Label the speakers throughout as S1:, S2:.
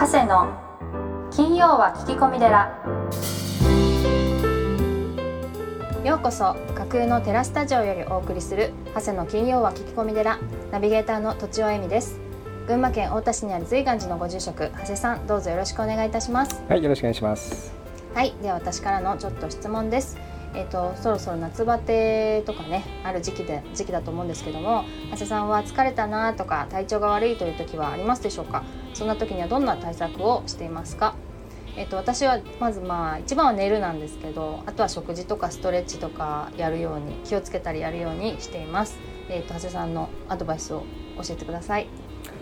S1: 長谷の金曜は聞き込み寺。ようこそ架空のテラスタジオよりお送りする長谷の金曜は聞き込み寺。ナビゲーターのとちおえみです。群馬県太田市にある瑞岩寺のご住職、長谷さん、どうぞよろしくお願いいたします。
S2: はい、よろしくお願いします。
S1: はい、では私からのちょっと質問です。そろそろ夏バテとかね、ある時期だと思うんですけども、長谷さんは疲れたなとか体調が悪いという時はありますでしょうか？そんな時にはどんな対策をしていますか？私はまず一番は寝るなんですけど、あとは食事とかストレッチとかやるように気をつけたりやるようにしています。長谷さんのアドバイスを教えてください。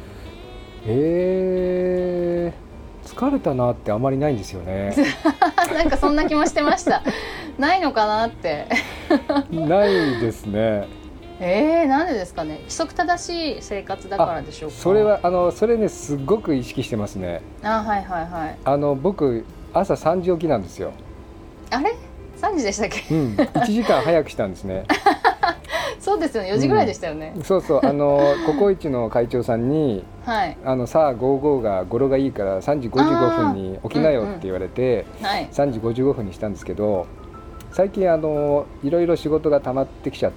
S2: 疲れたなってあまりないんですよね。
S1: なんかそんな気もしてましたないのかなって
S2: ないですね。
S1: なんでですかね。規則正しい生活だからでしょうか？
S2: それはそれね、すごく意識してますね。
S1: はいはいはい。
S2: 僕朝3時起きなんですよ。
S1: あれ3時でしたっけ
S2: 1時間早くしたんですね。
S1: そうですよね、4時ぐらいでしたよね。
S2: そうそう、ココイチの会長さんに、
S1: はい、
S2: さあ55が語呂がいいから3時55分に起きなよって言われて、3時55分にしたんですけど、最近いろいろ仕事が溜まってきちゃって、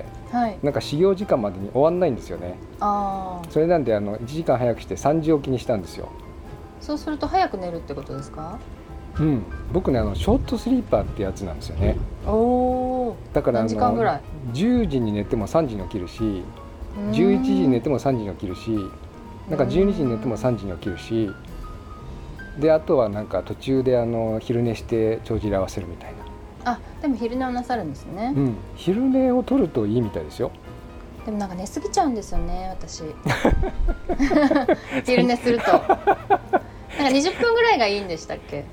S2: なんか始業時間までに終わんないんですよね。それなんで1時間早くして3時起きにしたんですよ。
S1: そうすると早く寝るってことですか？
S2: 僕ねショートスリーパーってやつなんですよね。だから
S1: 何時間ぐらい
S2: 10時に寝ても3時に起きるし、11時に寝ても3時に起きるし、なんか12時に寝ても3時に起きるし、であとはなんか途中で昼寝して帳尻合わせるみたいな。
S1: でも昼寝をなさるんですね。
S2: 昼寝を取るといいみたいですよ。
S1: でもなんか寝すぎちゃうんですよね、私昼寝するとなんか20分ぐらいがいいんでしたっけ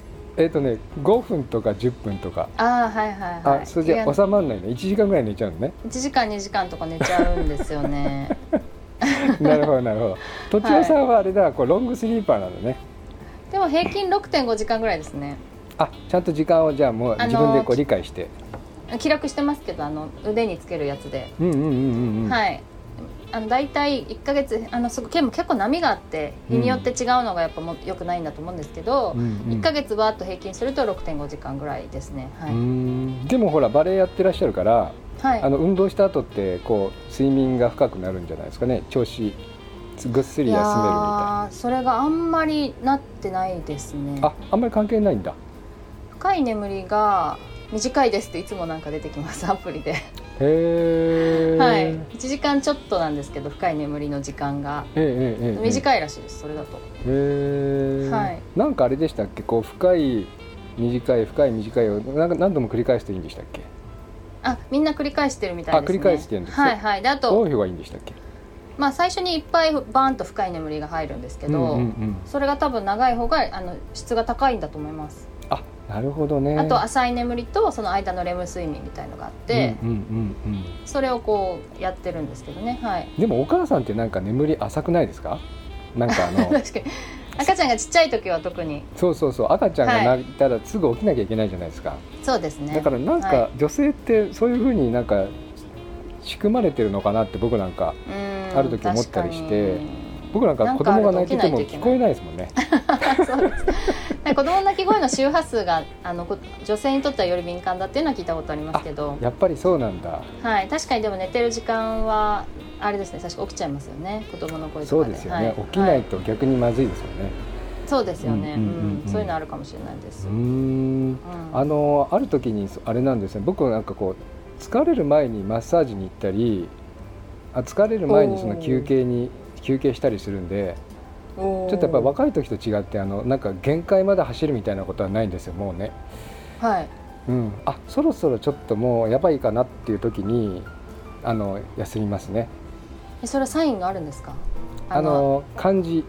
S2: ？5分とか10分とか。
S1: はいはいはい。
S2: それじゃ収まらないの。1時間ぐらい寝ちゃうのね。
S1: 1時間2時間とか寝ちゃうんですよね
S2: なるほどなるほど。とちおさんはあれだ、ロングスリーパーなんだね。
S1: でも平均 6.5 時間ぐらいですね。
S2: ちゃんと時間をじゃあもう自分で理解して
S1: 記録してますけど、腕につけるやつで。はい。だいたい1ヶ月結構波があって日によって違うのがやっぱ良くないんだと思うんですけど、1ヶ月バーッと平均すると 6.5 時間ぐらいですね。
S2: でもほらバレエやってらっしゃるから、運動した後って睡眠が深くなるんじゃないですかね。調子ぐっすり休めるみたいな。
S1: それがあんまりなってないですね。
S2: あんまり関係ないんだ。
S1: 深い眠りが短いですっていつもなんか出てきます、アプリで。はい、1時間ちょっとなんですけど、深い眠りの時間が短いらしいです、それだと。なんかあれでしたっけ、深い短い深い短いを何度も繰り返すといいんでしたっけ？ みんな繰り返してるみたいですね。
S2: 繰り返してるんですね。
S1: であと
S2: どういう方がいいんでしたっけ？
S1: 最初にいっぱいバーンと深い眠りが入るんですけど、それが多分長い方が質が高いんだと思います。
S2: なるほどね。
S1: あと浅い眠りとその間のレム睡眠みたいのがあって、それをやってるんですけどね。
S2: でもお母さんってなんか眠り浅くないですか？なんか
S1: 確かに赤ちゃんがちっちゃい時は特に。
S2: そう赤ちゃんが泣いたらすぐ起きなきゃいけないじゃないですか。
S1: そうですね。
S2: だからなんか女性ってそういう風になんか仕組まれてるのかなって僕なんかある時思ったりして、僕なんか子供が泣いてても聞こえないですもんね。
S1: そうです子供の泣き声の周波数が女性にとってはより敏感だっていうのは聞いたことありますけど。
S2: やっぱりそうなんだ。
S1: 確かに。でも寝てる時間はあれですね、確か起きちゃいますよね、子供の声とかで。
S2: そうですよね、起きないと逆にまずいですよね。
S1: そうですよね。そういうのあるかもしれないです。
S2: ある時にあれなんですね、僕なんか疲れる前にマッサージに行ったり、疲れる前にその休憩したりするんで、ちょっとやっぱり若い時と違ってなんか限界まで走るみたいなことはないんですよ、もうね。そろそろちょっともうやばいかなっていう時に休みますね。
S1: それはサインがあるんですか？
S2: 感じ。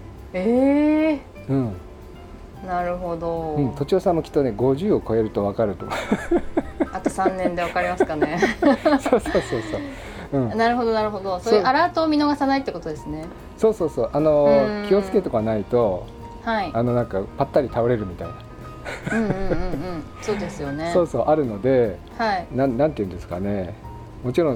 S1: なるほど。
S2: とちおさんもきっとね50を超えると分かると
S1: あと3年で分かりますかね。
S2: そう
S1: なるほどなるほど。そういうアラートを見逃さないってことですね。
S2: そう気をつけとかないと、なんかパッタリ倒れるみたいな。
S1: そうですよね。
S2: あるので、なんていうんですかね、もちろん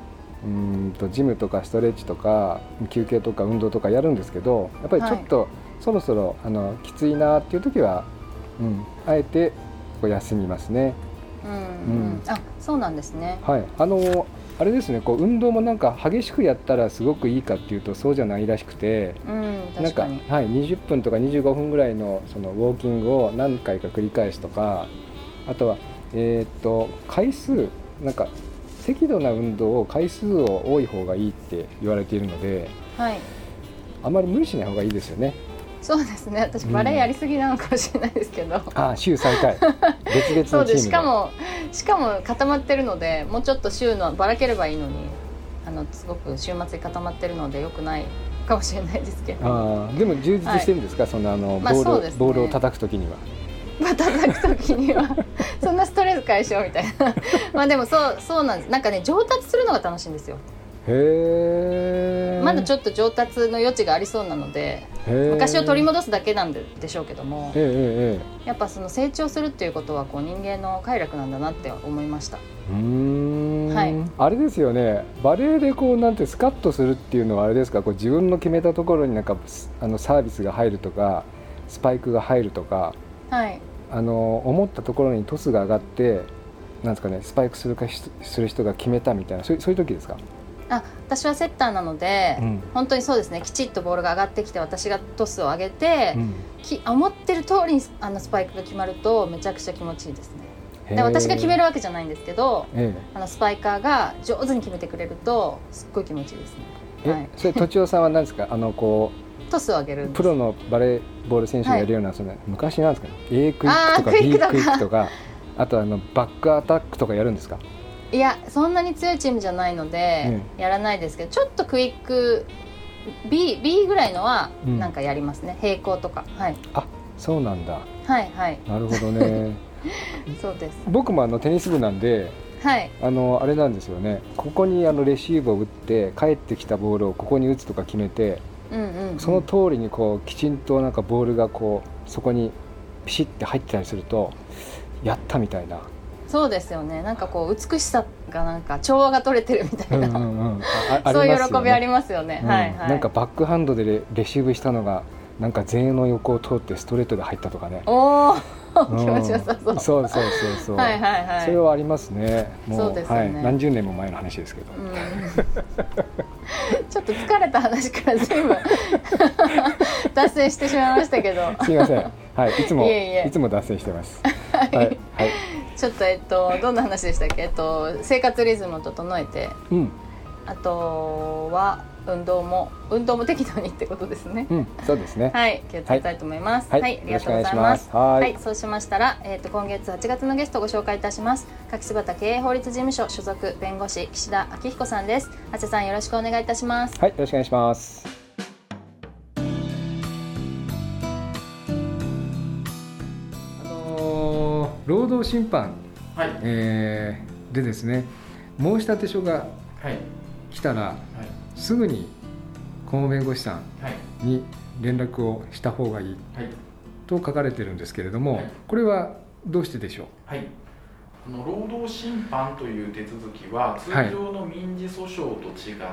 S2: ジムとかストレッチとか休憩とか運動とかやるんですけど、やっぱりちょっとそろそろきついなっていう時は、あえてこう休みますね。
S1: あ、そうなんですね。
S2: はい、あれですね、こう運動もなんか激しくやったらすごくいいかっていうとそうじゃないらしくて、
S1: 確かに。
S2: はい、20分とか25分ぐらいのそのウォーキングを何回か繰り返すとか、あとは回数、なんか適度な運動を回数を多い方がいいって言われているので、
S1: はい、
S2: あまり無理しない方がいいですよね。
S1: そうですね。私バレエやりすぎなのかもしれないですけど、
S2: 週3回別々のチームで。
S1: そうです。しかも固まってるので、もうちょっと週のばらければいいのに、すごく週末に固まってるので良くないかもしれないですけど。
S2: でも充実してるんですか、そのボールを叩くときには。
S1: 叩くときにはそんなストレス解消みたいなでもそうなんです。なんかね、上達するのが楽しいんですよ。まだちょっと上達の余地がありそうなので、昔を取り戻すだけなんでしょうけども、やっぱその成長するっていうことはこう人間の快楽なんだなって思いました。はい、
S2: あれですよね、バレエでこうなんてスカッとするっていうのはあれですか、こう自分の決めたところになんかサービスが入るとかスパイクが入るとか、
S1: はい、
S2: 思ったところにトスが上がってなんですかね、スパイクする人が決めたみたいな、そういう時ですか？
S1: 私はセッターなので、本当にそうですね、きちっとボールが上がってきて私がトスを上げて、思ってる通りにスパイクが決まるとめちゃくちゃ気持ちいいですね。で私が決めるわけじゃないんですけど、スパイカーが上手に決めてくれるとすっごい気持ちいいですね。はい、
S2: それとちおさんは何ですか、こう
S1: トスを上げるんです。
S2: プロのバレーボール選手がやるような、その昔なんですかね、A クイックとか B クイックとかあとバックアタックとかやるんですか？
S1: いや、そんなに強いチームじゃないので、やらないですけど、ちょっとクイック B ぐらいのはなんかやりますね、並行とか。はい、
S2: そうなんだ。
S1: はいはい、
S2: なるほどね
S1: そうです。
S2: 僕もテニス部なんで、
S1: はい、
S2: あれなんですよね、ここにレシーブを打って帰ってきたボールをここに打つとか決めて、その通りにこうきちんとなんかボールがこうそこにピシッて入ってたりするとやったみたいな。
S1: そうですよね。なんかこう美しさがなんか調和が取れてるみたいな、そういう喜びありますよね。はいはい。なん
S2: かバックハンドでレシーブしたのがなんか前衛の横を通ってストレートで入ったとかね。
S1: おー気持ちよさそう。
S2: そうはいはいはい。それはありますね。もう
S1: そうですね、
S2: 何十年も前の話ですけど。
S1: ちょっと疲れた話から随分脱線してしまいましたけど。
S2: すみません。はい、いつも脱線してます。
S1: はい。ちょっとどんな話でしたっけ？生活リズムを整えて、あとは運動も適度にってことですね。
S2: そうですね。
S1: はい、気をつけたいと思います。はい、ありがとうございます。はい、そうしましたら、今月8月のゲストをご紹介いたします。柿柴経営法律事務所所属弁護士岸田明彦さんです。長谷さん、よろしくお願いいたします。
S2: はい、よろしくお願いします。労働審判、でですね、申立書が来たら、すぐに顧問弁護士さんに連絡をした方がいいと書かれてるんですけれども、これはどうしてでしょう？
S3: 労働審判という手続きは通常の民事訴訟と違って、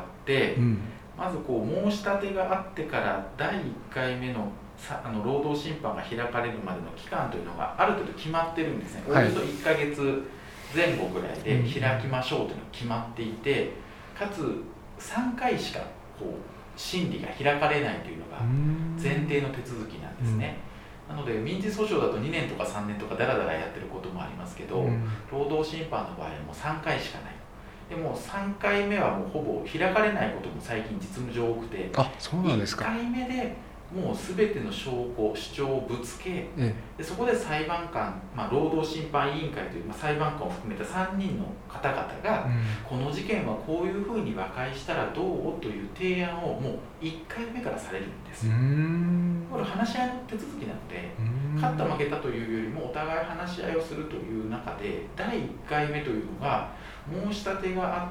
S3: まずこう申し立てがあってから第1回目の労働審判が開かれるまでの期間というのがある程度決まってるんですね。およそ1ヶ月前後ぐらいで開きましょうというのが決まっていて、かつ3回しかこう審理が開かれないというのが前提の手続きなんですね。なので民事訴訟だと2年とか3年とかだらだらやってることもありますけど、労働審判の場合はもう3回しかない。でも3回目はもうほぼ開かれないことも最近実務上多くて、
S2: そうなんですか。
S3: 1回目でもう全ての証拠主張をぶつけ、でそこで裁判官、労働審判委員会という、裁判官を含めた3人の方々が、この事件はこういうふうに和解したらどうという提案をもう1回目からされるんです。これ話し合いの手続きなので、勝った負けたというよりもお互い話し合いをするという中で、第1回目というのが申し立てがあって、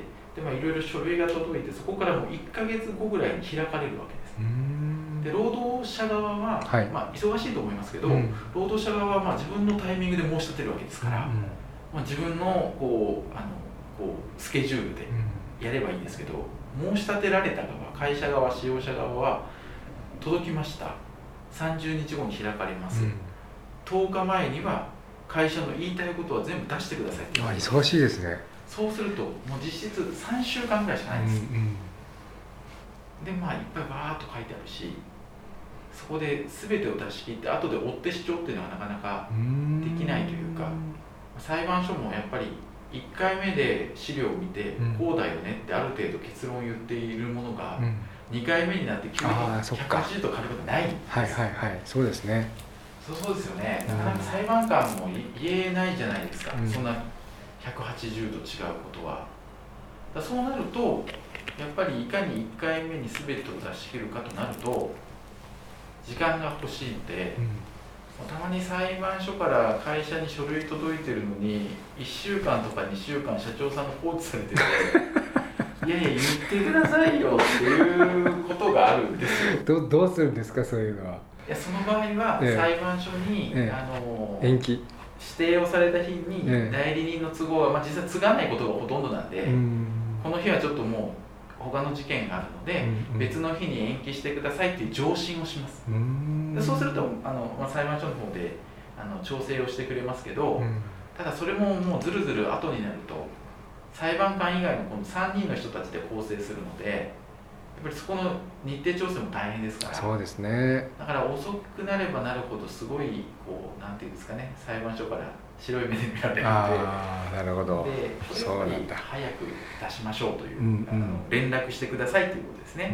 S3: でいろいろ書類が届いて、そこからもう1ヶ月後ぐらいに開かれるわけです。で労働者側は、忙しいと思いますけど、労働者側は自分のタイミングで申し立てるわけですから、自分のスケジュールでやればいいんですけど、申し立てられた側、会社側、使用者側は届きました、 30日後に開かれます、10日前には会社の言いたいことは全部出してくださいって言われて、
S2: 忙しいですね。
S3: そうするともう実質3週間ぐらいしかないんです、でまあいっぱいバーっと書いてあるし、そこで全てを出し切って後で追って主張っていうのはなかなかできないというか、裁判所もやっぱり1回目で資料を見て、こうだよねってある程度結論を言っているものが、2回目になって急に180度変わることないんです。
S2: はいはいはい、そうですね。
S3: そうですよね。なかなか裁判官も言えないじゃないですか、そんな180度違うことは。そうなるとやっぱりいかに1回目に全てを出し切るかとなると時間が欲しいので、たまに裁判所から会社に書類届いてるのに1週間とか2週間社長さんが放置されてていやいや言ってくださいよっていうことがあるんですよ。
S2: どうするんですか、そういうのは。
S3: いや、その場合は裁判所に、
S2: 延期
S3: 指定をされた日に代理人の都合は、実際継がないことがほとんどなんで、この日はちょっともう他の事件があるので、別の日に延期してくださいっていう上申をします。でそうすると裁判所の方で調整をしてくれますけど、ただそれももうずるずる後になると裁判官以外のこの3人の人たちで構成するので、やっぱりそこの日程調整も大変ですから。
S2: そうですね。
S3: だから遅くなればなるほどすごいこうなんていうんですかね、裁判所から白い目で見られるので、
S2: なるほど。
S3: でこれをやっぱり早く出しましょうという、連絡してくださいということですね。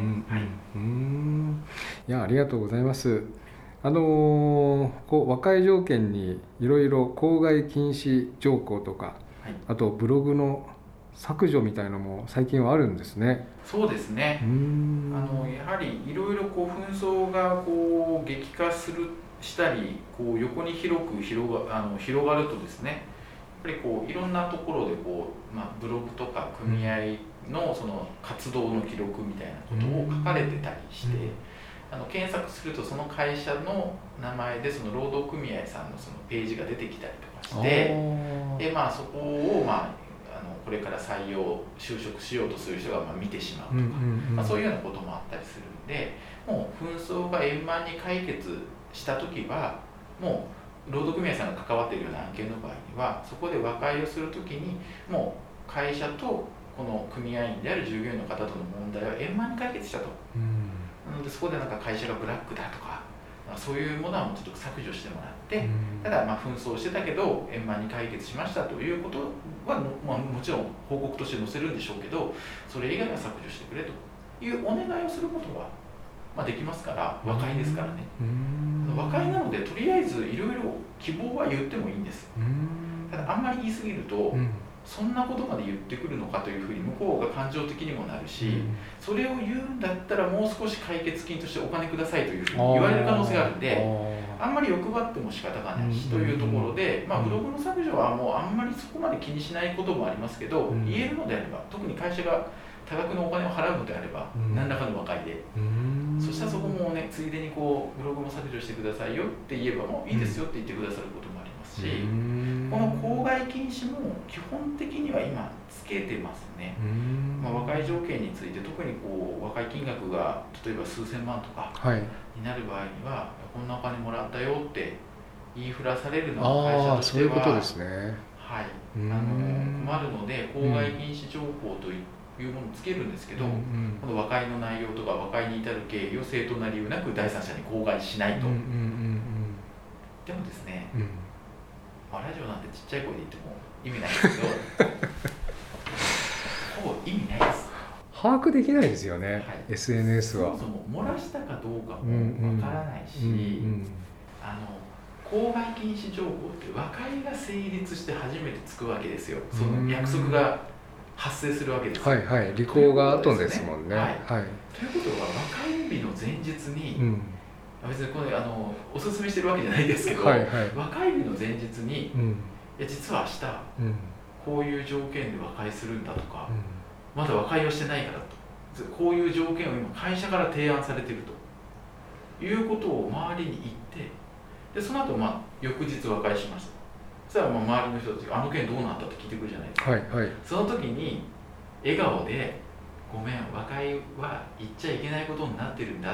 S2: いや、ありがとうございます。こう和解条件にいろいろ口外禁止条項とか、あとブログの削除みたいのも最近はあるんですね。
S3: そうですね。やはりいろいろこう紛争がこう激化したりこう横に広がるとですね、やっぱりこういろんなところでこう、ブログとか組合のその活動の記録みたいなことを書かれてたりして、検索するとその会社の名前でその労働組合さんのそのページが出てきたりとかして、でそこをこれから就職しようとする人が見てしまうとか、そういうようなこともあったりするんで、もう紛争が円満に解決した時はもう労働組合さんが関わっているような案件の場合にはそこで和解をする時にもう会社とこの組合員である従業員の方との問題は円満に解決したと。なのでそこでなんか会社がブラックだとかそういうものはもうちょっと削除してもらって、ただ紛争してたけど円満に解決しましたということはもちろん報告として載せるんでしょうけど、それ以外は削除してくれというお願いをすることはできますから、和解ですからね。和解なのでとりあえずいろいろ希望は言ってもいいんです。ただあんまり言い過ぎると、そんなことまで言ってくるのかというふうに向こうが感情的にもなるし、それを言うんだったらもう少し解決金としてお金くださいというふうに言われる可能性があるんで、あんまり欲張っても仕方がないしというところで、ブログの削除はもうあんまりそこまで気にしないこともありますけど、言えるのであれば、特に会社が多額のお金を払うのであれば、何らかの和解で、そしたらそこもね、ついでにこうブログも削除してくださいよって言えばもういいですよって言ってくださることもありますし、この口外禁止も基本的には今つけてますね。和解条件について特にこう和解金額が例えば数千万とかになる場合には、こんなお金もらったよって言いふらされるのが会社としては、
S2: そういうことですね。
S3: 困るので口外禁止条項というものをつけるんですけど、この和解の内容とか和解に至る経緯を正当な理由なく第三者に口外しないと。でもですね、ラジオなんてちっちゃい声で言っても意味ないですけどほぼ意味ないです。
S2: 把握できないですよね、SNS は。
S3: そもそも漏らしたかどうかもわからないし、口外禁止条項って和解が成立して初めてつくわけですよ。その約束が発生するわけですよ。
S2: 履行が後ですもんね。
S3: ということは和解日の前日に、別にこれおすすめしてるわけじゃないですけど、和解日の前日に、いや実は明日、こういう条件で和解するんだとか、まだ和解をしてないからと、こういう条件を今会社から提案されているということを周りに言って、でその後翌日和解しました。そしたら周りの人たちがあの件どうなったって聞いてくるじゃないですか。その時に笑顔でごめん和解は言っちゃいけないことになってるんだっ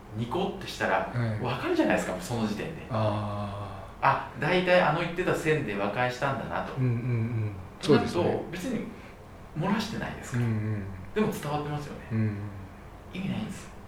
S3: ニコってしたら分かるじゃないですか、その時点で。大体言ってた線で和解したんだなと。となると別に漏らしてないですから、でも伝わってますよね、意味ないんですよ。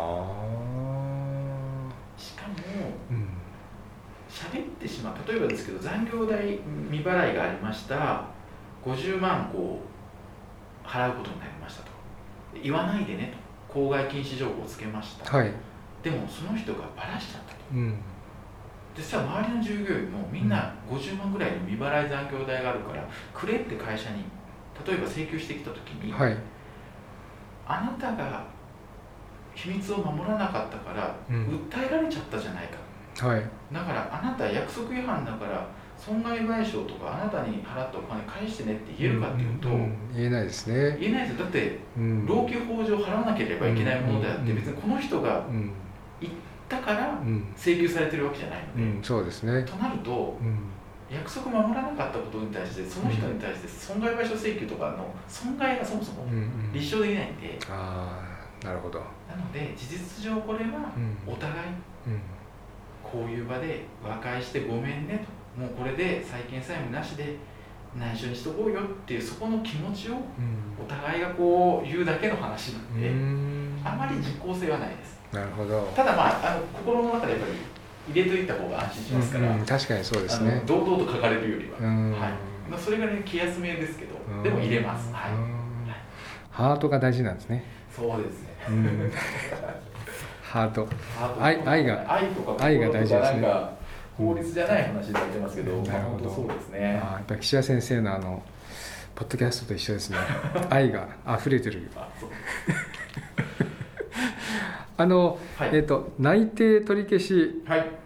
S3: しかも喋ってしまう、例えばですけど残業代未払いがありました、50万払うことになりましたと言わないでねと、口外禁止情報をつけました、でもその人がバラしちゃったと、実は周りの従業員もみんな50万ぐらいの未払い残業代があるからくれって会社に例えば請求してきたときに、あなたが秘密を守らなかったから、訴えられちゃったじゃないか、だからあなた約束違反だから損害賠償とかあなたに払ったお金返してねって言えるかっていうと、
S2: 言えないですね。
S3: 言えないですよ。だって、労基法上払わなければいけないものであって、別にこの人が言ったから請求されてるわけじゃないので、
S2: そうですね。
S3: となると、約束守らなかったことに対してその人に対して損害賠償請求とかの損害がそもそも立証できないんで、
S2: なるほど。
S3: なので事実上これはお互いこういう場で和解してごめんねと、もうこれで債権債務なしで内緒にしとこうよっていうそこの気持ちをお互いが言うだけの話なんで、あまり実効性はないです。
S2: なるほど。
S3: ただ心の中でやっぱり入れといた方が安心しますから、
S2: 確かにそうですね。
S3: 堂々と書かれるよりは、それがね気休めですけど、でも入れます。
S2: ハートが大事なんですね。
S3: そうですね。
S2: ハート、
S3: 愛とか
S2: 愛が大事ですね。
S3: 法律じゃない話になってますけど、
S2: なるほど。
S3: そうですね。
S2: やっぱり岸田先生のポッドキャストと一緒ですね。愛が溢れてる。内定取り消し、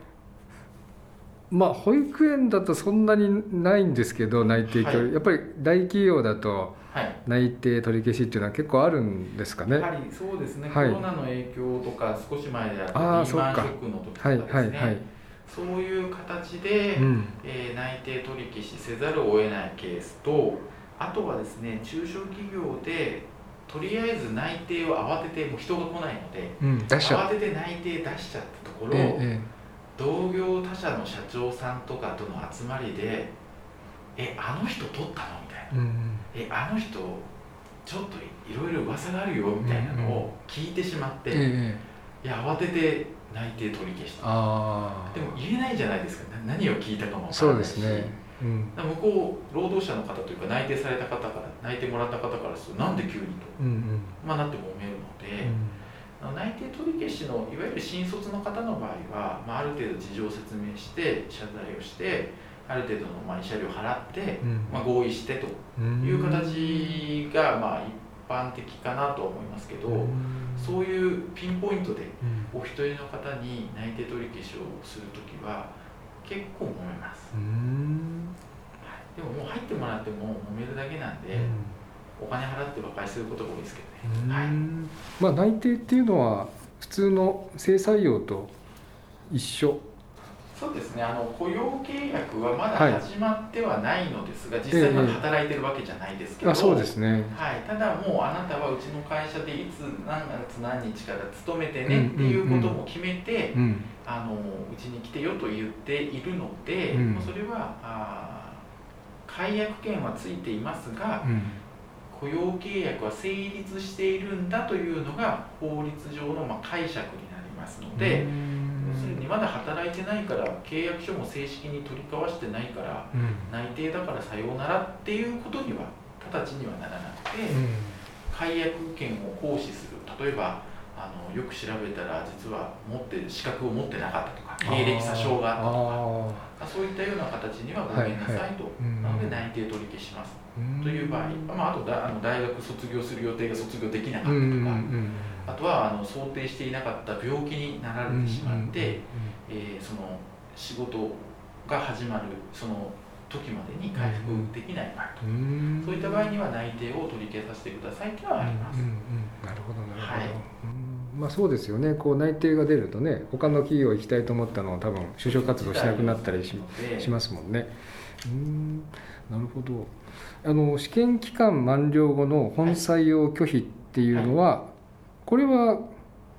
S2: 保育園だとそんなにないんですけど、内定やっぱり大企業だと内定取り消しっていうのは結構あるんですかね。
S3: やはりそうですね、コロナの影響とか少し前であったリーマンショックの時とかですね、そういう形で、内定取り消しせざるを得ないケースと、あとはですね、中小企業でとりあえず内定を慌てて、もう人が来ないので、慌てて内定出しちゃったところ、同業他社の社長さんとかとの集まりであの人取ったのみたいな、あの人ちょっといろいろ噂があるよみたいなのを聞いてしまって、慌てて内定取り消した。でも言えないじゃないですか、何を聞いたかも分からないし。そうですね。向こう労働者の方というか内定された方から内定もらった方からするとなんで急にと、なってもめるので、内定取り消しのいわゆる新卒の方の場合は、ある程度事情を説明して謝罪をしてある程度の慰謝料を払って、合意してという形が一般的かなとは思いますけど、そういうピンポイントでお一人の方に内定取り消しをするときは結構揉めます。でももう入ってもらっても揉めるだけなんで、お金払って和解することが多いですけどね。
S2: 内定っていうのは普通の正採用と一緒。
S3: そうですね、雇用契約はまだ始まってはないのですが、実際まだ働いてるわけじゃないですけど、
S2: そうですね。
S3: ただもうあなたはうちの会社でいつ何月何日から勤めてねっていうことも決めて、うちに来てよと言っているので、それは解約権はついていますが、雇用契約は成立しているんだというのが法律上の解釈になりますので、要するにまだ働いてないから契約書も正式に取り交わしてないから、内定だからさようならっていうことには直ちにはならなくて、解約権を行使する、例えばよく調べたら実は資格を持ってなかったとか経歴詐称があったとか、そういったような形にはごめんなさいと、なので内定取り消しますという場合、あと大学卒業する予定が卒業できなかったとか、あとは想定していなかった病気になられてしまって、その仕事が始まるその時までに回復できない場合と、そういった場合には内定を取り消させてくださいというのはあります。
S2: なるほどなるほど。そうですよね。内定が出るとね、他の企業行きたいと思ったのを多分就職活動しなくなったり しますもんね。なるほど。試験期間満了後の本採用拒否っていうのは、これは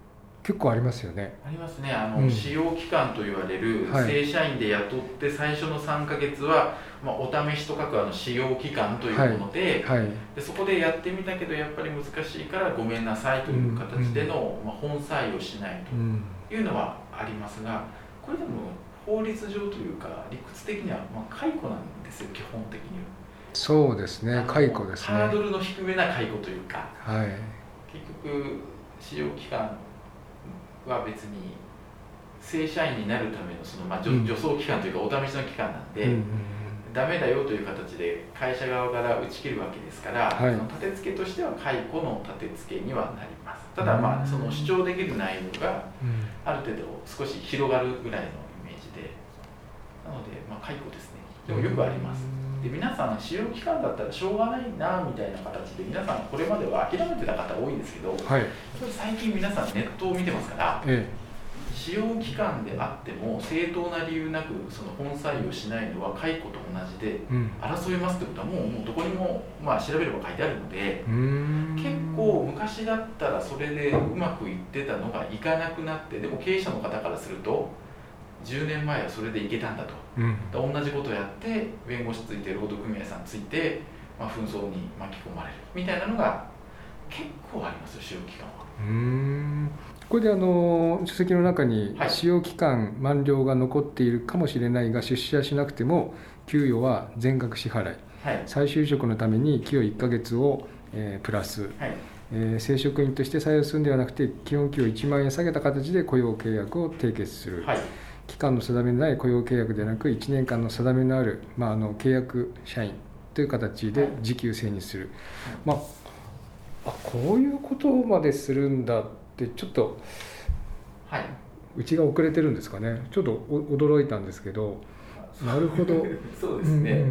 S2: 結構ありますよね。
S3: ありますね。使用期間と言われる正社員で雇って最初の3ヶ月は、お試しと書く使用期間というもので、でそこでやってみたけどやっぱり難しいからごめんなさいという形での、本採用しないというのはありますが、これでも法律上というか理屈的には解雇なんですよ、基本的には。
S2: そうですね、解雇ですね。
S3: ハードルの低めな解雇というか、結局使用期間は別に正社員になるための助走期間というかお試しの期間なんで、ダメだよという形で会社側から打ち切るわけですから、その立て付けとしては解雇の立て付けにはなります。ただその主張できる内容がある程度少し広がるぐらいのイメージで、なので解雇ですね。でもよくあります。で皆さん使用期間だったらしょうがないなみたいな形で皆さんこれまでは諦めてた方多いんですけど、最近皆さんネットを見てますから、使用期間であっても正当な理由なくその本採用しないのは解雇と同じで、争いますってことはもうどこにも調べれば書いてあるので、結構昔だったらそれでうまくいってたのがいかなくなって、でも経営者の方からすると10年前はそれでいけたんだと、同じことをやって弁護士ついて労働組合さんついて、紛争に巻き込まれるみたいなのが結構ありますよ、使用期間は。
S2: これで書籍の中に使用期間満了が残っているかもしれないが出社しなくても給与は全額支払い、再就職のために給与1ヶ月を、プラス、正職員として採用するんではなくて基本給与1万円下げた形で雇用契約を締結する、期間の定めのない雇用契約ではなく1年間の定めのある、契約社員という形で時給制にする、こういうことまでするんだってちょっと、うちが遅れてるんですかね。ちょっと驚いたんですけど、なるほど
S3: そうですね、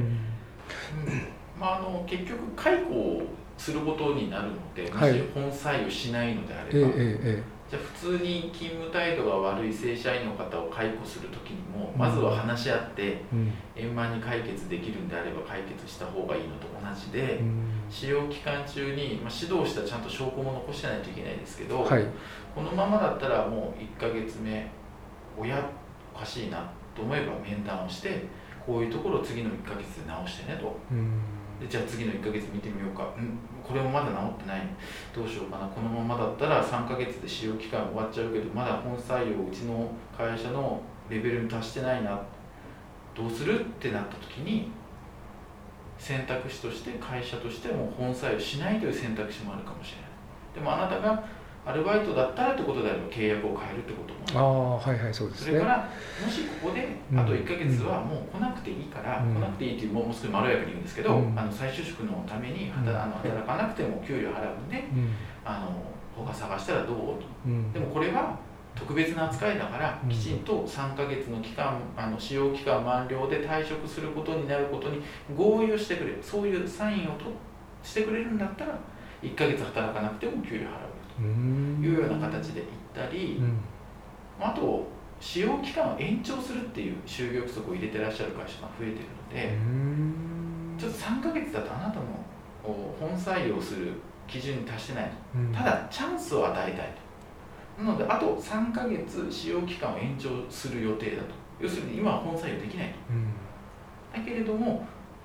S3: 結局解雇をすることになるので、もし本採用しないのであれば、じゃあ普通に勤務態度が悪い正社員の方を解雇するときにも、まずは話し合って円満に解決できるんであれば解決した方がいいのと同じで、使用期間中に、指導したらちゃんと証拠も残してないといけないですけど、このままだったらもう1ヶ月目おかしいなと思えば面談をして、こういうところを次の1ヶ月で直してねと、でじゃあ次の1ヶ月見てみようか、これもまだ治ってない、どうしようかな、このままだったら3ヶ月で使用期間終わっちゃうけどまだ本採用うちの会社のレベルに達してないな、どうするってなった時に選択肢として会社としても本採用しないという選択肢もあるかもしれない。でもあなたがアルバイトだったらってことであれば契約を変えるってこともある。
S2: そうですね。
S3: それからもしここであと1ヶ月はもう来なくていいから、来なくていいっていうもう少しまろやかに言うんですけど、再就職のために働かなくても給料払うんで、他探したらどうと、でもこれは特別な扱いだからきちんと3ヶ月の期間使用期間満了で退職することになることに合意をしてくれる、そういうサインをしてくれるんだったら1ヶ月働かなくても給料払うというような形で言ったり、あと使用期間を延長するっていう就業規則を入れてらっしゃる会社が増えてるので、ちょっと3ヶ月だとあなたの本採用する基準に達してないと、ただチャンスを与えたいと、なのであと3ヶ月使用期間を延長する予定だと、要するに今は本採用できないと、だけれども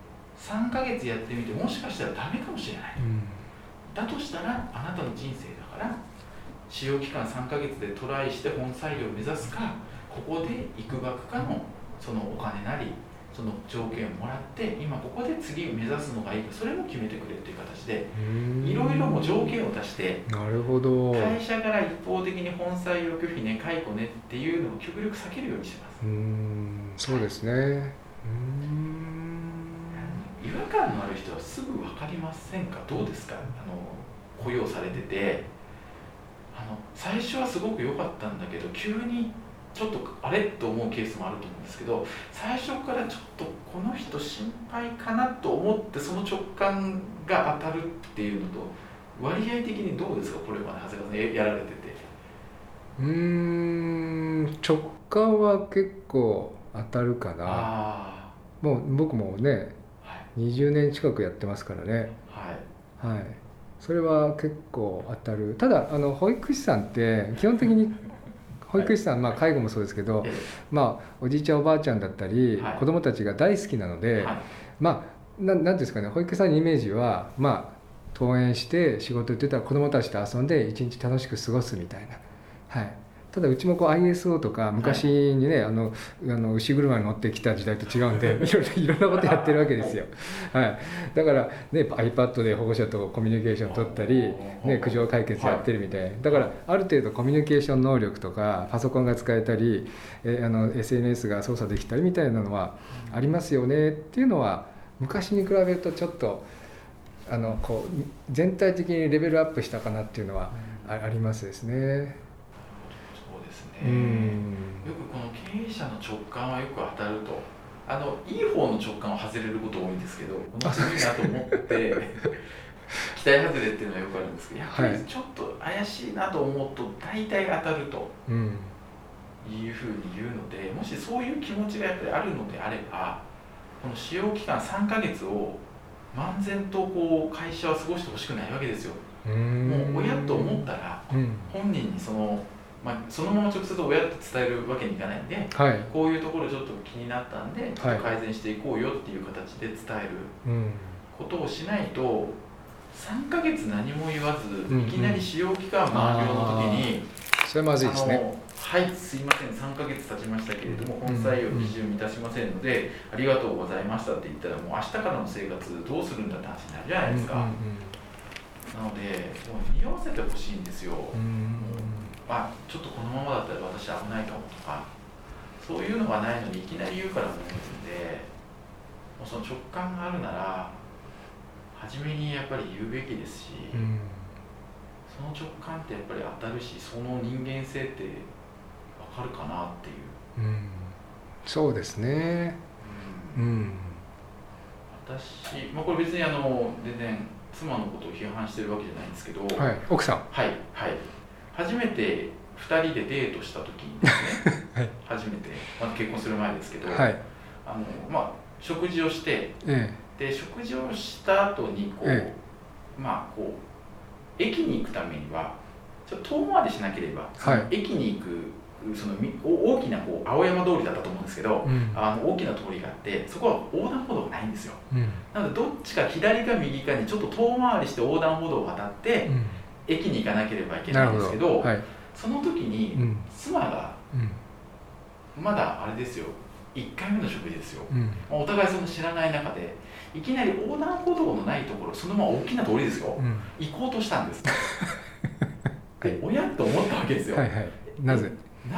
S3: 3ヶ月やってみてもしかしたらダメかもしれない、だとしたらあなたの人生だから使用期間3ヶ月でトライして本採用を目指すか、ここでいくばくかのそのお金なりその条件をもらって今ここで次目指すのがいいか、それも決めてくれっていう形でいろいろも条件を出して、
S2: なるほど、
S3: 会社から一方的に本採用拒否ね、解雇ねっていうのを極力避けるようにしてます。
S2: そうですね。
S3: 違和感のある人はすぐ分かりませんか？どうですか？雇用されてて最初はすごく良かったんだけど急にちょっとあれと思うケースもあると思うんですけど、最初からちょっとこの人心配かなと思ってその直感が当たるっていうのと割合的にどうですか？これまで長谷川さんやられてて。
S2: 直感は結構当たるかな。もう僕もね、20年近くやってますからね。 それは結構当たる。ただ保育士さんって基本的に保育士さん、まあ、介護もそうですけど、まあ、おじいちゃんおばあちゃんだったり、はい、子どもたちが大好きなので、はい、まあなんていうんですかね、保育士さんのイメージは、まあ、登園して仕事行ってたら子どもたちと遊んで一日楽しく過ごすみたいな、はい、ただうちもこう ISO とか昔にね、はい、牛車に乗ってきた時代と違うんでいろんなことやってるわけですよ、はい、だから、ね、iPad で保護者とコミュニケーション取ったり、ね、苦情解決やってるみたいな、だからある程度コミュニケーション能力とかパソコンが使えたりSNS が操作できたりみたいなのはありますよねっていうのは昔に比べるとちょっとこう全体的にレベルアップしたかなっていうのはありますですね。
S3: よくこの経営者の直感はよく当たると、いい方の直感を外れること多いんですけど、この人いいなと思って期待外れっていうのはよくあるんですけど、やっぱりちょっと怪しいなと思うと大体当たるというふうに言うので、もしそういう気持ちがやっぱりあるのであれば、この使用期間3ヶ月を漫然とこう会社は過ごしてほしくないわけですよ。もう親と思ったら本人にそのまま直接親と伝えるわけにいかないんで、はい、こういうところちょっと気になったんで、ちょっと改善していこうよっていう形で伝えることをしないと、3ヶ月何も言わず、いきなり使用期間満了の時に、
S2: それはまずいですね。
S3: はい、すいません、3ヶ月経ちましたけれども、本採用基準満たしませんので、ありがとうございましたって言ったら、もう明日からの生活どうするんだって話になるじゃないですか。なので、もう匂わせてほしいんですよ。ちょっとこのままだったら私危ないかもとか、そういうのがないのにいきなり言うからもいいんで、もうその直感があるなら初めにやっぱり言うべきですし、その直感ってやっぱり当たるし、その人間性って分かるかなっていう、
S2: そうですね。
S3: 私、これ別に全然妻のことを批判してるわけじゃないんですけど、
S2: はい、奥さん、
S3: はいはい、初めて2人でデートした時にですね、はい、初めて、結婚する前ですけど、はい、食事をして、で食事をした後にこう、駅に行くためにはちょっと遠回りしなければ、はい、駅に行くその大きな青山通りだったと思うんですけど、大きな通りがあって、そこは横断歩道がないんですよ。なのでどっちか左か右かにちょっと遠回りして横断歩道を渡って、駅に行かなければいけないんですけど、はい、その時に妻が、まだあれですよ、1回目の食事ですよ、お互いその知らない中でいきなり横断歩道のないところ、そのまま大きな通りですよ、行こうとしたんですで、親と思ったわけですよ。はいはい、なぜ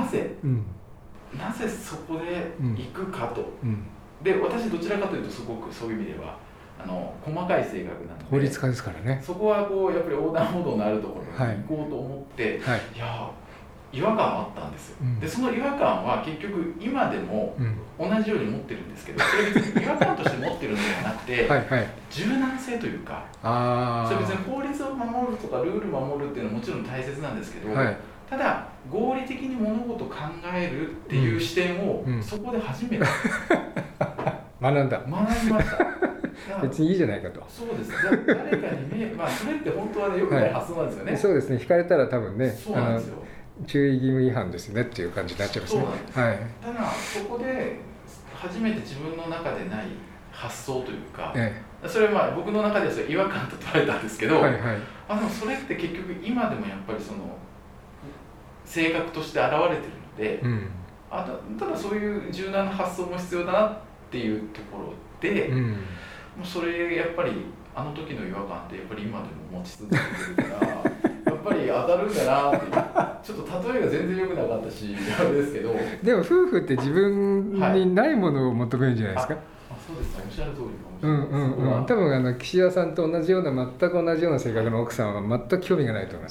S3: そこで行くかと、で私どちらかというとすごくそういう意味では細かい性格なので、
S2: 法律家ですからね、
S3: そこはやっぱり横断歩道のあるところに行こうと思って、はい、いや違和感はあったんですよ、でその違和感は結局今でも同じように持ってるんですけど、それ別に違和感として持ってるのではなくてはい、はい、柔軟性というか、それ別に法律を守るとかルールを守るっていうのはもちろん大切なんですけど、はい、ただ合理的に物事を考えるっていう視点を、そこで初めて
S2: 学び
S3: ました
S2: 別にいいじゃないかと。
S3: そうです。誰かにそれって本当はね、良くない発想なんですよね。
S2: はい、そうですね。引かれたら多分ね、
S3: そうなんですよ。
S2: 注意義務違反ですねっていう感じになっちゃいますね。
S3: そうなんです。はい。ただそこで初めて自分の中でない発想というか、それは僕の中では違和感と捉えたんですけど、はいはい、でもそれって結局今でもやっぱりその性格として現れてるので、ただそういう柔軟な発想も必要だなっていうところで。もうそれやっぱりあの時の違和感ってやっぱり今でも持ち続けてるからやっぱり当たるんだなっていうちょっと例えが全然良くなかったしあれですけど、
S2: でも夫婦って自分にないものを求めるんじゃないですか。
S3: そうですね、おっしゃる通りかもしれないです。
S2: 多分岸田さんと同じような全く同じような性格の奥さんは全く興味がないと思います。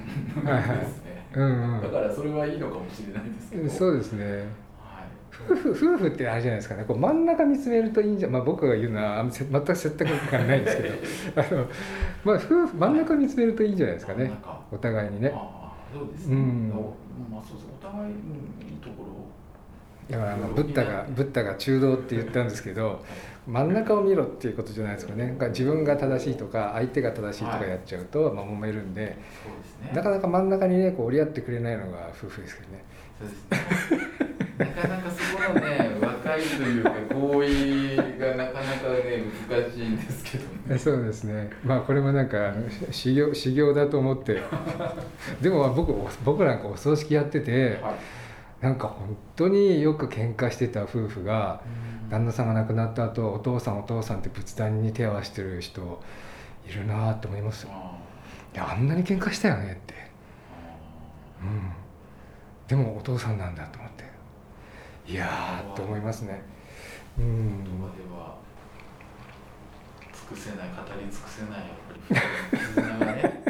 S3: だからそれはいいのかもしれないですけど。
S2: そうですね。夫婦ってあれじゃないですかね、こう真ん中見つめるといいんじゃ、僕が言うのは全く説得力がないんですけど夫婦真ん中見つめるといいんじゃないですかね、お互いにね。
S3: そうですね、そうです、お互いいいところ。
S2: だからブッダが中道って言ったんですけど、真ん中を見ろっていうことじゃないですかね。自分が正しいとか相手が正しいとかやっちゃうと、揉めるんで、なかなか真ん中にね折り合ってくれないのが夫婦ですけどね。
S3: そうですね。なかなかそこのね和解というか合意がなかなかね難しいんですけどね。
S2: そうですね。これもなんか修行だと思ってでも僕なんかお葬式やってて、なんか本当によく喧嘩してた夫婦が、旦那さんが亡くなった後、お父さんって仏壇に手を合わせてる人いるなと思いますよ。いや、あんなに喧嘩したよねって、でもお父さんなんだと思って、いやーと思いますね。
S3: 言葉では尽くせない、語り尽くせない、やっぱり絆がね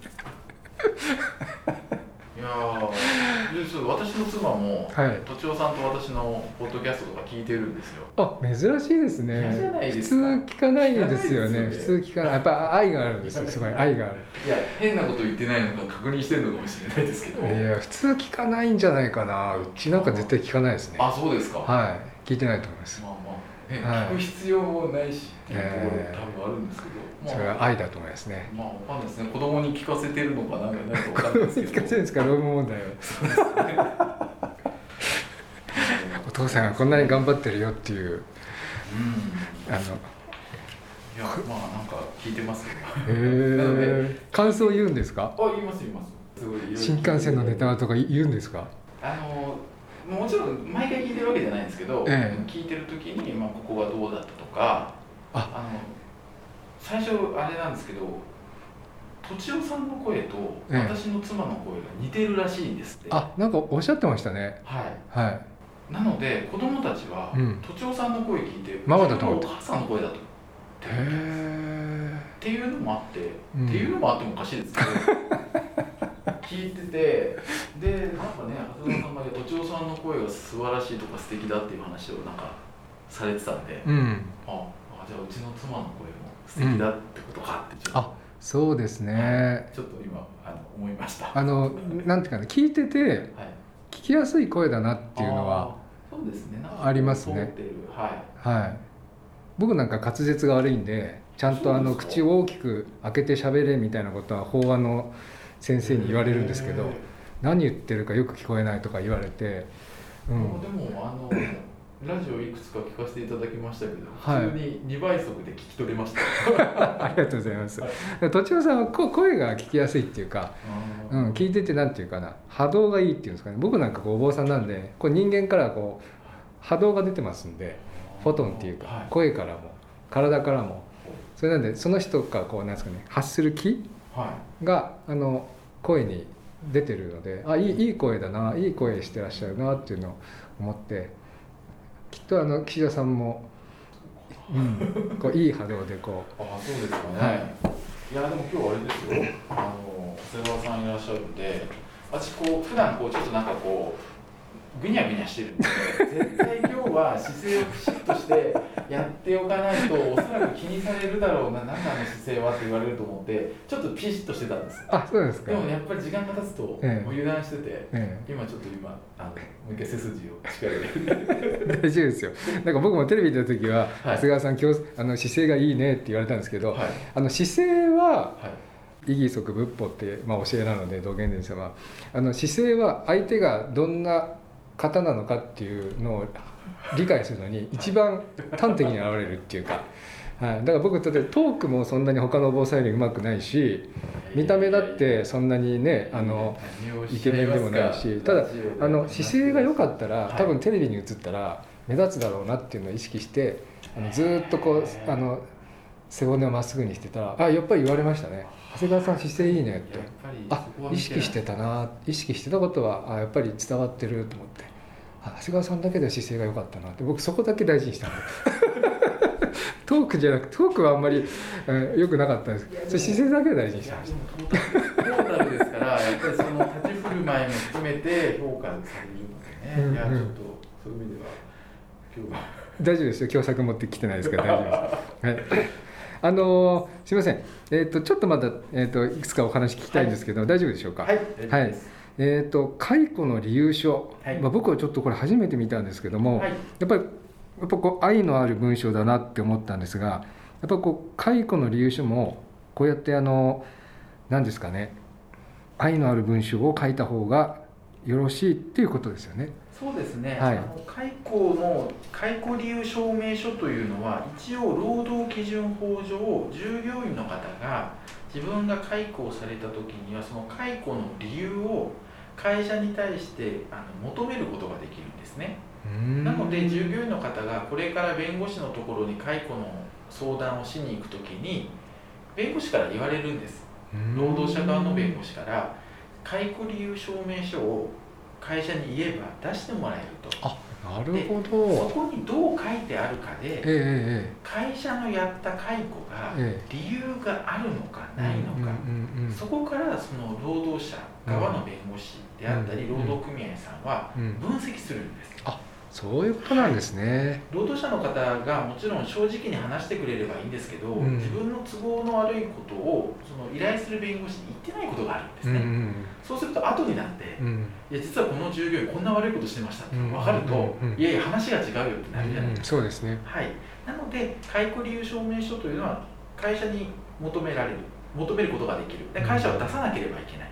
S3: いや私の妻も、とちおさんと私のポッドキャストとか聞いてるんですよ。
S2: あ、珍しいですね。普通聞かないですよね。普通聞かない。やっぱ愛があるんですよ。すごい愛がある。
S3: いや、変なこと言ってないのか確認してるのかもしれないですけど。
S2: いや、普通聞かないんじゃないかな。うちなんか絶対聞かないですね。
S3: あ、そうですか。
S2: はい、聞いてないと思います。
S3: 聞く必要もないしっていうところ多分あるんですけど、
S2: それは愛だと思いますね。
S3: わかんないですね。子供に聞かせてるのかなんかないとわかんないですけど。
S2: 聞かせるんですか、老後問題を。お父さんがこんなに頑張ってるよっていう。
S3: いや、なんか聞いてますよ。
S2: なので感想言うんですか？
S3: 言います。すごい
S2: 新幹線のネタとか言うんですか？
S3: もちろん毎回聞いてるわけじゃないんですけど、聞いてる時に、ここがどうだったとか、最初あれなんですけど、とちおさんの声と私の妻の声が似てるらしいんですって。
S2: なんかおっしゃってましたね。はい。
S3: なので子供たちは、とちおさんの声聞いて、
S2: ママだと思って、
S3: お母さんの声だと。っていうのもあって、っていうのもあってもおかしいですけど聞いてて、でなんかね、長谷川さんがとちおさんの声が素晴らしいとか素敵だっていう話をなんかされてたんで、じゃあうちの妻の声も素敵だってことかってちょっと、
S2: そうですね。
S3: ちょっと今思いました。
S2: なんていうかね、聞いてて、聞きやすい声だなっていうのは
S3: そうですね、
S2: ありますね。僕なんか滑舌が悪いんで、ちゃんと口を大きく開けて喋れみたいなことは法話の先生に言われるんですけど、何言ってるかよく聞こえないとか言われて、で
S3: もラジオいくつか聞かせていただきましたけど、普通に2倍速で聞き取れました。
S2: ありがとうございます。とちおさんは声が聞きやすいっていうか、聞いててなんていうかな、波動がいいっていうんですかね。僕なんかお坊さんなんで、人間から波動が出てますんで、フォトンっていうか、声からも体からも、それなんでその人がなんですかね、発する気が声に出てるので、いい声だな、いい声してらっしゃるなっていうのを思って、きっと岸田さんも、いい波動で
S3: そうですかね。いやでも今日あれですよ、長谷川さんいらっしゃるんで、私普段ちょっとなんかぐにゃぐにゃしてるんで、絶対今日は姿勢をきちっとしてやっておかないとおそらく気にされるだろうな、なんだ姿勢はって言われると思ってちょっとピシッとしてたんです。
S2: そうですか。
S3: でもやっぱり時間が経つともう油断してて、今ちょっともう一回背筋をしっかり
S2: 大丈夫ですよ。なんか僕もテレビ出た時は、長谷川さん今日姿勢がいいねって言われたんですけど、姿勢は、異義足仏法って、教えなので、道元伝様は姿勢は相手がどんな方なのかっていうのを理解するのに一番端的に現れるっていうか、だから僕トークもそんなに他のお坊さんよりうまくないし、見た目だってそんなにねイケメンでもないし、ただ姿勢が良かったら多分テレビに映ったら目立つだろうなっていうのを意識して、ずっと背骨をまっすぐにしてたら、やっぱり言われましたね。長谷川さん姿勢いいねって。意識してたな、意識してたことはやっぱり伝わってると思って、長谷川さんだけで姿勢が良かったなって、僕そこだけ大事にしたのトークじゃなくて、トークはあんまり良くなかったんですけど、姿勢だけを大事にしてました。
S3: トータルですから、やっぱりその立ち振る舞いも含めて評価されるのでね、いやちょっとそういう意味では今日は
S2: 大丈夫ですよ。共作持ってきてないですから大丈夫です。すみません、ちょっとまだ、いくつかお話聞きたいんですけど、大丈夫でしょうか。
S3: はい。
S2: 解雇の理由書、
S3: はい、
S2: 僕はちょっとこれ初めて見たんですけども、はい、やっぱこう愛のある文章だなって思ったんですが、やっぱこう解雇の理由書もこうやって何ですかね、愛のある文章を書いた方がよろしいっていうことですよね。
S3: そうですね、
S2: はい、
S3: 解雇理由証明書というのは一応労働基準法上、従業員の方が自分が解雇をされた時にはその解雇の理由を会社に対して求めることができるんですね。なので従業員の方がこれから弁護士のところに解雇の相談をしに行く時に弁護士から言われるんです。労働者側の弁護士から解雇理由証明書を会社に言えば出してもらえると。
S2: あ、なるほど。
S3: そこにどう書いてあるかで、会社のやった解雇が理由があるのかないのか、そこからその労働者側の弁護士であったり労働組合さんは分析するんです。
S2: あ、そういうことなんですね。
S3: 労働者の方がもちろん正直に話してくれればいいんですけど、自分の都合の悪いことをその依頼する弁護士に言ってないことがあるんですね。そうすると後になって、いや実はこの従業員こんな悪いことしてましたって分かると、いやいや話が違うよってなるじゃないですか。
S2: そうですね。
S3: はい。なので解雇理由証明書というのは会社に求めることができる。で会社は出さなければいけない。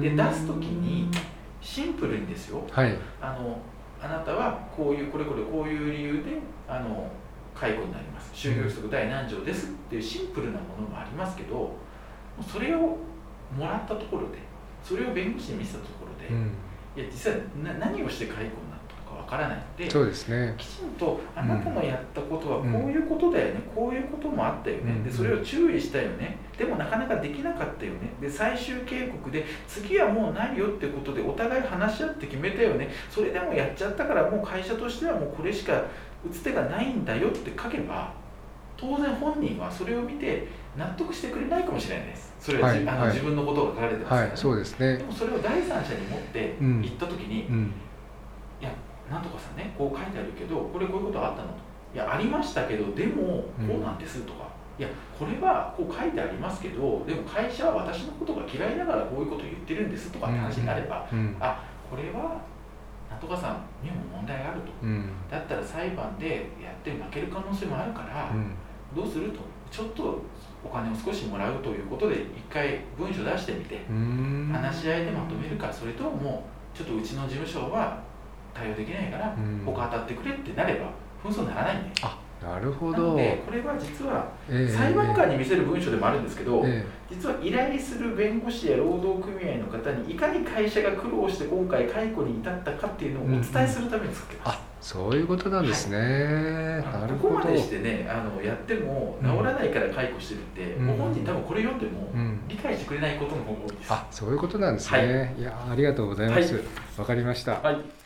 S3: で出すときにシンプルにですよ。
S2: はい。
S3: あなたはこういうこういう理由で解雇になります。就業規則第何条ですっていうシンプルなものもありますけど、それをもらったところで、それを弁護士に見せたところで、いや実は何をして解雇になったのかわからないので、
S2: そうですね。
S3: きちんとあなたのやったことはこういうことだよね、こういうこともあったよね、でそれを注意したよね、でもなかなかできなかったよね、で最終警告で次はもうないよってことでお互い話し合って決めたよね、それでもやっちゃったからもう会社としてはもうこれしか打つ手がないんだよって書けば、当然本人はそれを見て納得してくれないかもしれないです。それは、自分のことが書かれてますからね。
S2: そうですね。
S3: でもそれを第三者に持って行った時に、いやなんとかさんね、こう書いてあるけどこういうことあったのと、いやありましたけどでもこうなんですとか、いやこれはこう書いてありますけどでも会社は私のことが嫌いながらこういうことを言ってるんですとかって話になれば、あ、これはなんとかさんにも問題があると、だったら裁判でやって負ける可能性もあるから、どうすると、ちょっとお金を少しもらうということで一回文書出してみて話し合いでまとめるか、それともちょっとうちの事務所は対応できないから他当たってくれってなれば紛争にならないんで。
S2: なるほど。
S3: なのでこれは実は裁判官に見せる文書でもあるんですけど、実は依頼する弁護士や労働組合の方にいかに会社が苦労して今回解雇に至ったかっていうのをお伝えするために作ってます。
S2: そういうことなんですね。なるほど。
S3: ここまでしてねやっても治らないから解雇してるって、もう本人多分これ読んでも理解してくれないことの方が多いです。
S2: そういうことなんですね。いやありがとうございます。わかりました。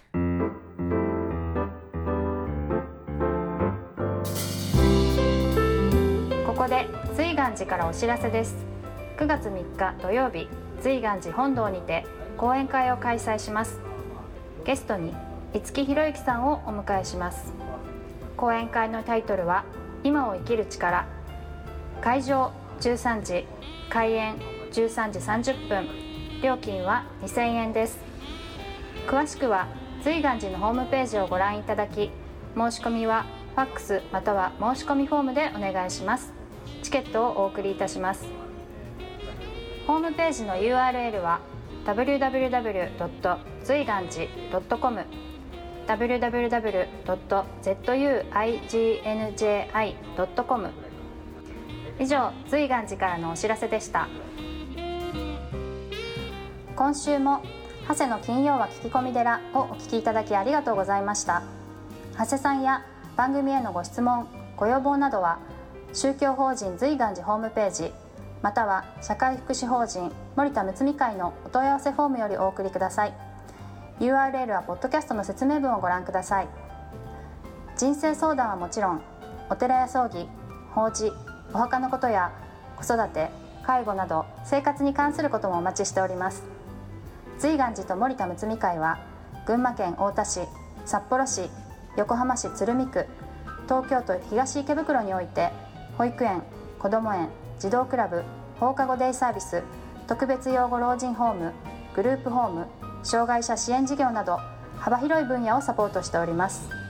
S1: ここで瑞岩寺からお知らせです。9月3日土曜日、瑞岩寺本堂にて講演会を開催します。ゲストに五木ひろゆきさんをお迎えします。講演会のタイトルは今を生きる力。会場13時、開演13時30分、料金は2000円です。詳しくは瑞岩寺のホームページをご覧いただき、申し込みはファックスまたは申し込みフォームでお願いします。チケットをお送りいたします。ホームページの URL は www.zuiganji.com www.zuiganji.com。 以上、瑞岩寺からのお知らせでした。今週も長谷の金曜は聞き込み寺をお聞きいただきありがとうございました。長谷さんや番組へのご質問、ご要望などは宗教法人瑞岩寺ホームページまたは社会福祉法人森田睦美会のお問い合わせフォームよりお送りください。 URL はポッドキャストの説明文をご覧ください。人生相談はもちろん、お寺や葬儀、法事、お墓のことや子育て、介護など生活に関することもお待ちしております。瑞岩寺と森田睦美会は群馬県太田市、札幌市、横浜市鶴見区、東京都東池袋において保育園、こども園、児童クラブ、放課後デイサービス、特別養護老人ホーム、グループホーム、 障害者支援事業など幅広い分野をサポートしております。